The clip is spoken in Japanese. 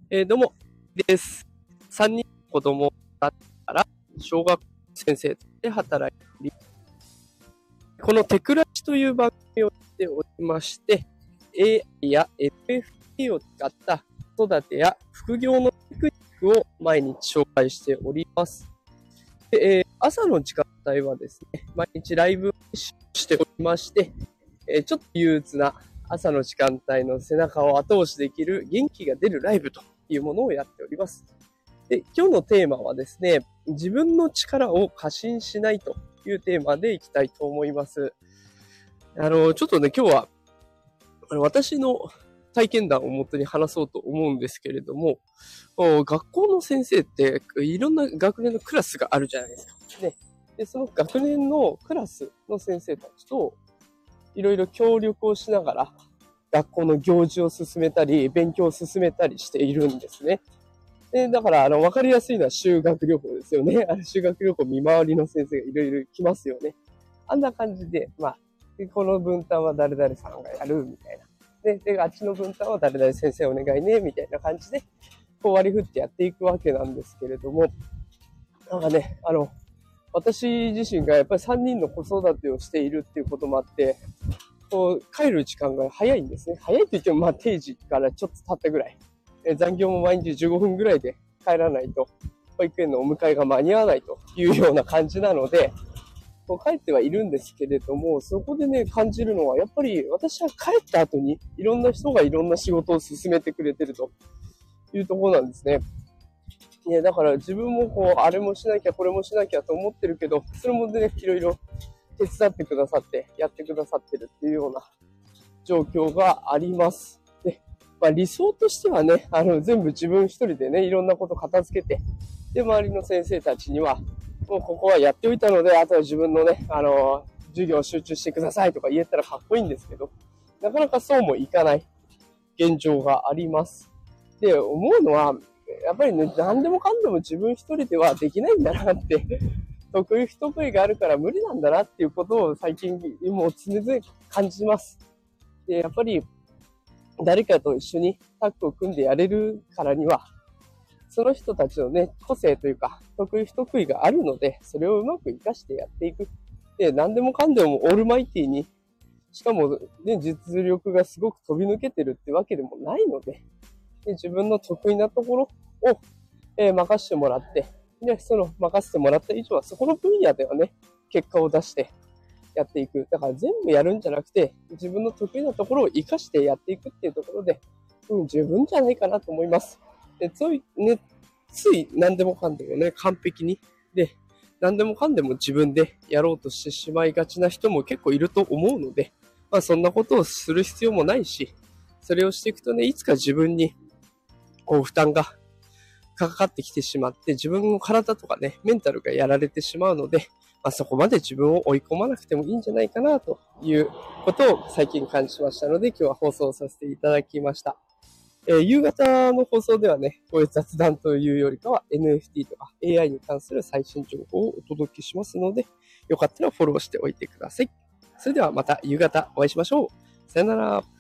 どうもです。3人の子供だったら小学先生として働いており、このテクラジという番組をやっておりまして、AI や NFT を使った子育てや副業のテクニックを毎日紹介しております。で、朝の時間帯はですね、毎日ライブをしておりまして、ちょっと憂鬱な朝の時間帯の背中を後押しできる元気が出るライブというものをやっております。で、今日のテーマはですね、自分の力を過信しないというテーマでいきたいと思います。ちょっとね、今日は私の体験談をもとに話そうと思うんですけれども、学校の先生っていろんな学年のクラスがあるじゃないですか。ね。で、その学年のクラスの先生たちといろいろ協力をしながら学校の行事を進めたり、勉強を進めたりしているんですね。で、だから、わかりやすいのは修学旅行ですよね。修学旅行見回りの先生がいろいろ来ますよね。あんな感じで、この分担は誰々さんがやる、みたいな。で、あっちの分担は誰々先生お願いね、みたいな感じで、こう割り振ってやっていくわけなんですけれども、なんかね、私自身がやっぱり3人の子育てをしているっていうこともあって、こう、帰る時間が早いんですね。早いと言っても、定時からちょっと経ったぐらい。残業も毎日15分ぐらいで帰らないと、保育園のお迎えが間に合わないというような感じなので、こう帰ってはいるんですけれども、そこでね、感じるのは、やっぱり私は帰った後に、いろんな人がいろんな仕事を進めてくれてるというところなんですね。ね、だから自分もこう、あれもしなきゃ、これもしなきゃと思ってるけど、それもね、いろいろ手伝ってくださって、やってくださってるっていうような状況があります。で、理想としてはね、全部自分一人でね、いろんなこと片付けて、で、周りの先生たちには、もうここはやっておいたので、あとは自分のね、授業を集中してくださいとか言えたらかっこいいんですけど、なかなかそうもいかない現状があります。で、思うのは、やっぱりね、何でもかんでも自分一人ではできないんだなって得意不得意があるから無理なんだなっていうことを最近もう常々感じます。で、やっぱり誰かと一緒にタッグを組んでやれるからには、その人たちのね、個性というか、得意不得意があるので、それをうまく活かしてやっていく。で、何でもかんでもオールマイティに、しかもね、実力がすごく飛び抜けてるってわけでもないので、自分の得意なところを、任せてもらって、で、その任せてもらった以上は、そこの分野ではね、結果を出してやっていく。だから全部やるんじゃなくて、自分の得意なところを活かしてやっていくっていうところで、十分じゃないかなと思います。で、つい何でもかんでもね、完璧に。で、何でもかんでも自分でやろうとしてしまいがちな人も結構いると思うので、そんなことをする必要もないし、それをしていくとね、いつか自分にこう負担がかかってきてしまって、自分の体とかね、メンタルがやられてしまうので、そこまで自分を追い込まなくてもいいんじゃないかなということを最近感じましたので、今日は放送させていただきました。夕方の放送ではね、こういう雑談というよりかは NFT とか AI に関する最新情報をお届けしますので、よかったらフォローしておいてください。それではまた夕方お会いしましょう。さよなら。